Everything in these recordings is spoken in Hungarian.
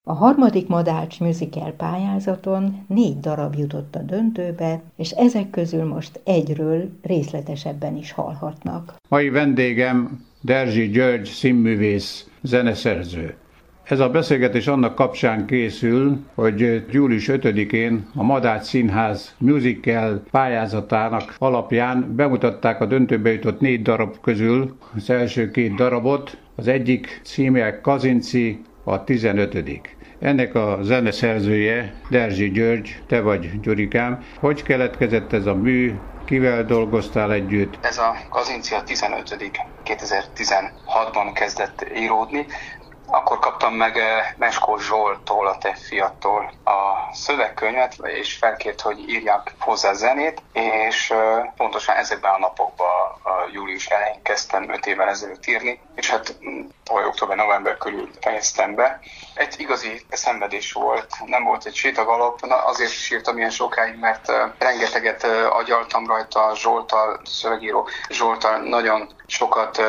A harmadik Madách musical pályázaton 4 darab jutott a döntőbe, és ezek közül most egyről részletesebben is hallhatnak. Mai vendégem Derzsi György színművész, zeneszerző. Ez a beszélgetés annak kapcsán készül, hogy július 5-én a Madách Színház musical pályázatának alapján bemutatták a döntőbe jutott 4 darab közül az első 2 darabot. Az egyik címe Kazinczy, a 15. Ennek a zeneszerzője Derzsi György, te vagy, Gyurikám. Hogy keletkezett ez a mű, kivel dolgoztál együtt? Ez a Kazinczy a 15. 2016-ban kezdett íródni. Akkor kaptam meg Meskó Zsolttól, a te fiattól a szövegkönyvet, és felkért, hogy írjak hozzá zenét, és pontosan ezekben a napokban, a július elején kezdtem 5 évvel ezelőtt írni, és hát október-november körül fejeztem be. Egy igazi szenvedés volt, nem volt egy sétagalop, azért is írtam ilyen sokáig, mert rengeteget agyaltam rajta Zsolttal, szövegíró Zsolttal, nagyon sokat,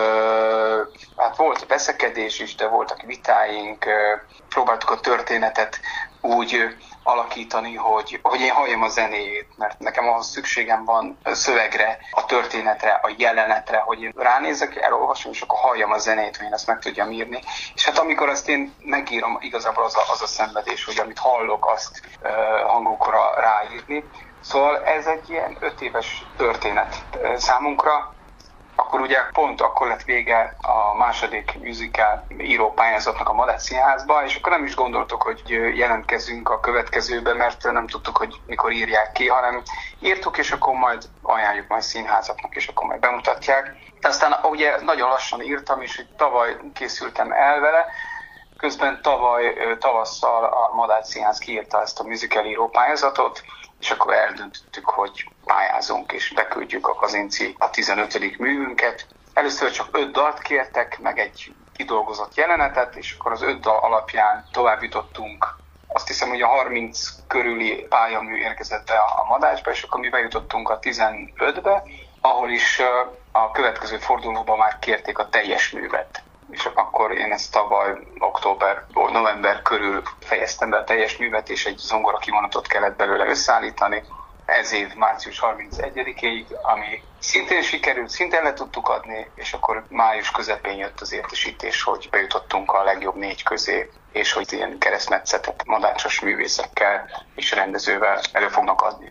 hát volt veszekedés is, de voltak vitáink, próbáltuk a történetet úgy alakítani, hogy én halljam a zenéjét, mert nekem ahhoz szükségem van szövegre, a történetre, a jelenetre, hogy én ránézek, elolvasom, és akkor halljam a zenét, hogy én ezt meg tudjam írni. És hát amikor azt én megírom, igazából az a szenvedés, hogy amit hallok, azt hangokra ráírni. Szóval ez egy ilyen 5 éves történet számunkra. Akkor ugye pont akkor lett vége a második musical írópályázatnak a Madách Színházba, és akkor nem is gondoltuk, hogy jelentkezünk a következőbe, mert nem tudtuk, hogy mikor írják ki, hanem írtuk, és akkor majd ajánljuk majd színházaknak, és akkor majd bemutatják. Aztán ugye nagyon lassan írtam, és tavaly készültem el vele, közben tavaly tavasszal a Madách Színház kiírta ezt a musical írópályázatot, és akkor eldöntöttük, hogy pályázunk és beküldjük a Kazinczy a 15. művünket. Először csak 5 dalt kértek, meg egy kidolgozott jelenetet, és akkor az 5 dal alapján tovább jutottunk. Azt hiszem, hogy a 30 körüli pályamű érkezett be a Madácsba, és akkor mi bejutottunk a 15-be, ahol is a következő fordulóban már kérték a teljes művet. És akkor én ezt tavaly október-november körül fejeztem be a teljes művet, és egy zongora kivonatot kellett belőle összeállítani. Ez év március 31-ig, ami szintén sikerült, szintén le tudtuk adni, és akkor május közepén jött az értesítés, hogy bejutottunk a legjobb 4 közé, és hogy ilyen keresztmetszetet madácsos művészekkel és rendezővel elő fognak adni.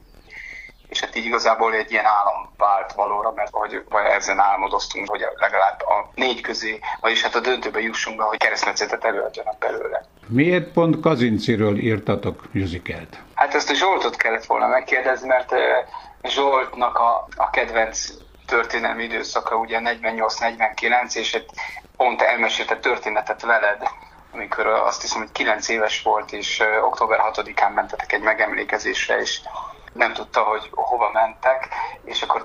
És hát így igazából egy ilyen álom vált valóra, mert ezen álmodoztunk, hogy legalább a 4 közé, vagyis hát a döntőbe jussunk be, hogy keresztmetszetet előadjanak belőle. Miért pont Kazinczyről írtatok musicalt? Hát ezt a Zsoltot kellett volna megkérdezni, mert Zsoltnak a kedvenc történelmi időszaka ugye 48-49, és pont elmesélte történetet veled, amikor azt hiszem, hogy 9 éves volt, és október 6-án mentetek egy megemlékezésre, és nem tudta, hogy hova mentek, és akkor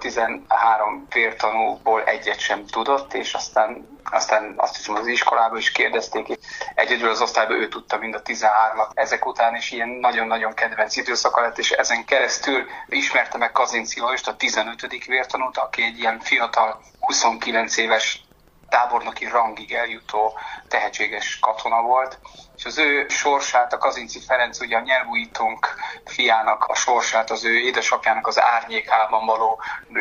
13 vértanúból egyet sem tudott, és aztán azt hiszem az iskolában is kérdezték, és egyedül az osztályban ő tudta mind a 13-at. Ezek után is ilyen nagyon-nagyon kedvenc időszaka lett, és ezen keresztül ismerte meg Kazinczy Lajost, a 15. vértanút, aki egy ilyen fiatal, 29 éves tábornoki rangig eljutó tehetséges katona volt, és az ő sorsát, a Kazinczy Ferenc, ugye a nyelvújítónk fiának a sorsát, az ő édesapjának az árnyékában való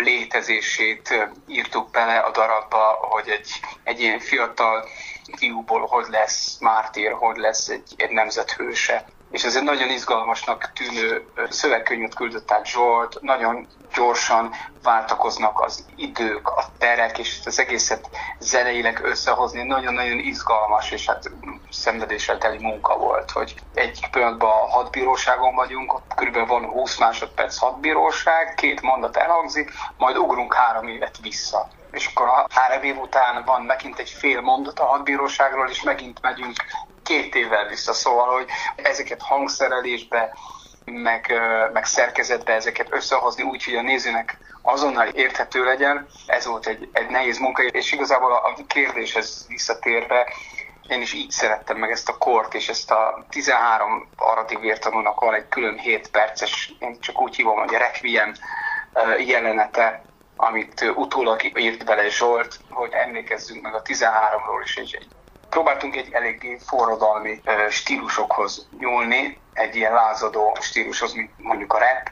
létezését írtuk bele a darabba, hogy egy ilyen fiatal fiúból hogy lesz mártír, hogy lesz egy nemzethőse. És ez egy nagyon izgalmasnak tűnő szövegkönyvet küldött át Zsolt, nagyon gyorsan váltakoznak az idők, a terek, és az egészet zeneileg összehozni nagyon-nagyon izgalmas, és hát szenvedéssel teli munka volt, hogy egy pillanatban a hadbíróságon vagyunk, ott körülbelül van 20 másodperc hadbíróság, 2 mondat elhangzik, majd ugrunk 3 évet vissza. És akkor a 3 év után van megint egy fél mondat a hadbíróságról, és megint megyünk 2 évvel vissza, szóval, hogy ezeket hangszerelésbe, meg szerkezetbe ezeket összehozni úgy, hogy a nézőnek azonnal érthető legyen, ez volt egy nehéz munka, és igazából a kérdéshez visszatérve, én is így szerettem meg ezt a kort, és ezt a 13 aradi vértanúnak van egy külön 7 perces, én csak úgy hívom, hogy a Requiem jelenete, amit utólag írt bele Zsolt, hogy emlékezzünk meg a 13-ról is, egy Próbáltunk egy eléggé forradalmi stílusokhoz nyúlni, egy ilyen lázadó stílushoz, mint mondjuk a rap,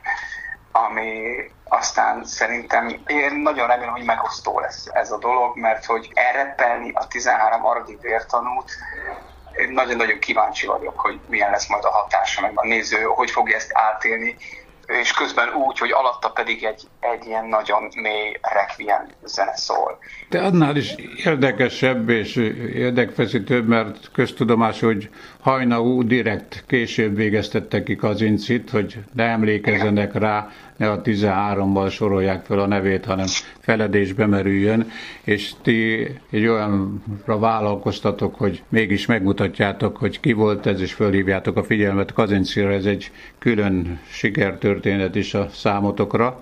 ami aztán szerintem, én nagyon remélem, hogy megosztó lesz ez a dolog, mert hogy elreppelni a 13 aradi vértanút, nagyon-nagyon kíváncsi vagyok, hogy milyen lesz majd a hatása, meg a néző, hogy fogja ezt átélni, és közben úgy, hogy alatta pedig egy ilyen nagyon mély requiem zene szól. De annál is érdekesebb és érdekfeszítőbb, mert köztudomás, hogy Hajnau direkt később végeztette ki Kazincit, hogy ne emlékezzenek rá, ne a 13-mal sorolják fel a nevét, hanem feledésbe merüljön, és ti egy olyanra vállalkoztatok, hogy mégis megmutatjátok, hogy ki volt ez, és fölhívjátok a figyelmet Kazincira, ez egy külön sikertörténet is a számotokra.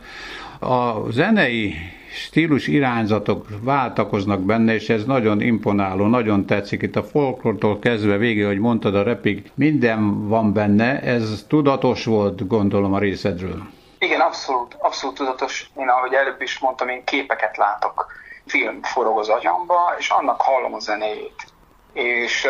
A zenei stílus irányzatok váltakoznak benne, és ez nagyon imponáló, nagyon tetszik. Itt a folklortól kezdve végig, hogy mondtad, a rapig minden van benne, ez tudatos volt, gondolom, a részedről. Igen, abszolút tudatos. Én, ahogy előbb is mondtam, én képeket látok, film forog az agyamba, és annak hallom a zenéjét. És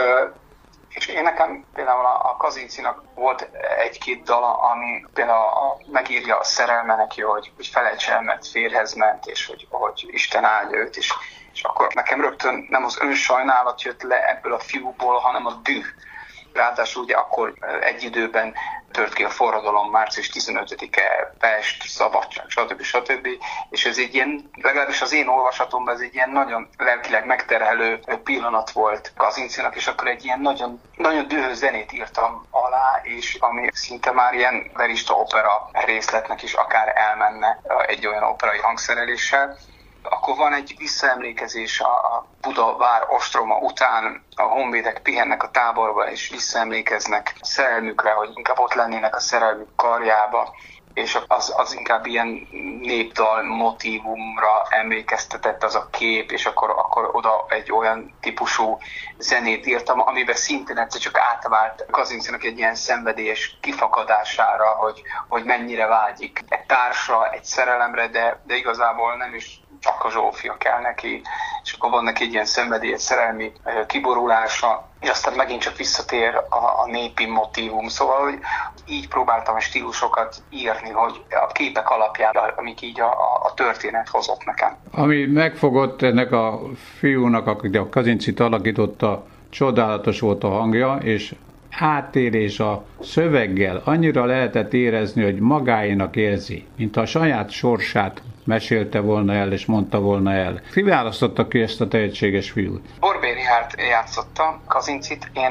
én nekem például a Kazincinak volt egy-két dala, ami például megírja a szerelme neki, hogy felejts el, mert férhez ment, és hogy Isten áldja őt, és akkor nekem rögtön nem az önsajnálat jött le ebből a fiúból, hanem a düh. Ráadásul ugye akkor egy időben tört ki a forradalom, március 15-e, Pest, szabadság, stb. És ez egy ilyen, legalábbis az én olvasatomban ez egy ilyen nagyon lelkileg megterhelő pillanat volt Kazincinak, és akkor egy ilyen nagyon, nagyon dühös zenét írtam alá, és ami szinte már ilyen verista opera részletnek is akár elmenne egy olyan operai hangszereléssel. Akkor van egy visszaemlékezés a Buda vár ostroma után, a honvédek pihennek a táborba, és visszaemlékeznek a szerelmükre, hogy inkább ott lennének a szerelmük karjába, és az inkább ilyen népdal motívumra emlékeztetett az a kép, és akkor oda egy olyan típusú zenét írtam, amiben szintén egyszer csak átvált Kazincinak egy ilyen szenvedélyes kifakadására, hogy mennyire vágyik egy társra, egy szerelemre, de igazából nem is csak a Zsófia kell neki, és akkor van neki egy ilyen szenvedélyes szerelmi kiborulása, és aztán megint csak visszatér a népi motívum. Szóval hogy így próbáltam a stílusokat írni, hogy a képek alapján, amik így a történet hozott nekem. Ami megfogott ennek a fiúnak, aki a Kazincit alakította, csodálatos volt a hangja, és áttérés a szöveggel annyira lehetett érezni, hogy magáénak érzi, mint a saját sorsát mesélte volna el, és mondta volna el. Ki választotta ki ezt a tehetséges fiút? Borbély Richárd játszotta Kazincit. Én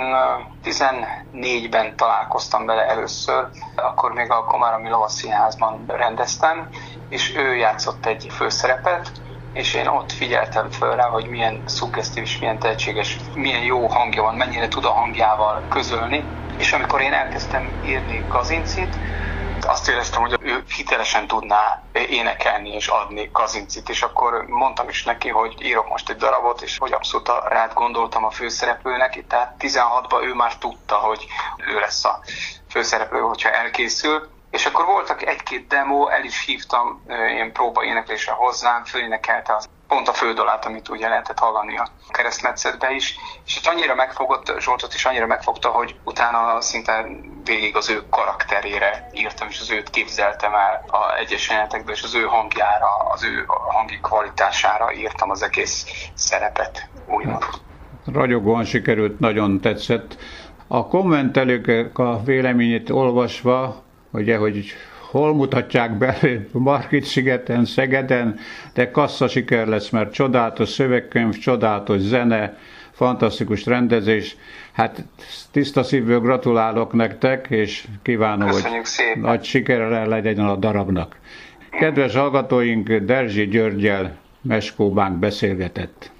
14-ben találkoztam vele először, akkor még a Komáromi Lovasszínházban rendeztem, és ő játszott egy főszerepet, és én ott figyeltem föl rá, hogy milyen szuggesztív és milyen tehetséges, milyen jó hangja van, mennyire tud a hangjával közölni. És amikor én elkezdtem írni Kazincit, azt éreztem, hogy ő hitelesen tudná énekelni és adni Kazincit, és akkor mondtam is neki, hogy írok most egy darabot, és hogy abszolút rád gondoltam a főszereplőnek, tehát 16-ban ő már tudta, hogy ő lesz a főszereplő, hogyha elkészül. És akkor voltak egy-két demo, el is hívtam ilyen próba éneklésre hozzám, fölénekelte pont a fődalát, amit ugye lehetett hallani a Keresztmetszetbe is, és itt annyira megfogott, Zsoltot is annyira megfogta, hogy utána szinte végig az ő karakterére írtam, és az őt képzeltem el a egyes jelenetekből, és az ő hangjára, az ő hangi kvalitására írtam az egész szerepet újra. Ragyogóan sikerült, nagyon tetszett. A kommentelők a véleményét olvasva, ugye, hogy hol mutatják be Margit-szigeten, Szegeden, de kassza siker lesz, mert csodálatos szövegkönyv, csodálatos zene, fantasztikus rendezés. Hát tiszta szívből gratulálok nektek, és kívánom, köszönjük hogy szépen. Nagy sikerrel legyen a darabnak. Kedves hallgatóink, Derzsi Györggyel Meskó Bánk beszélgetett.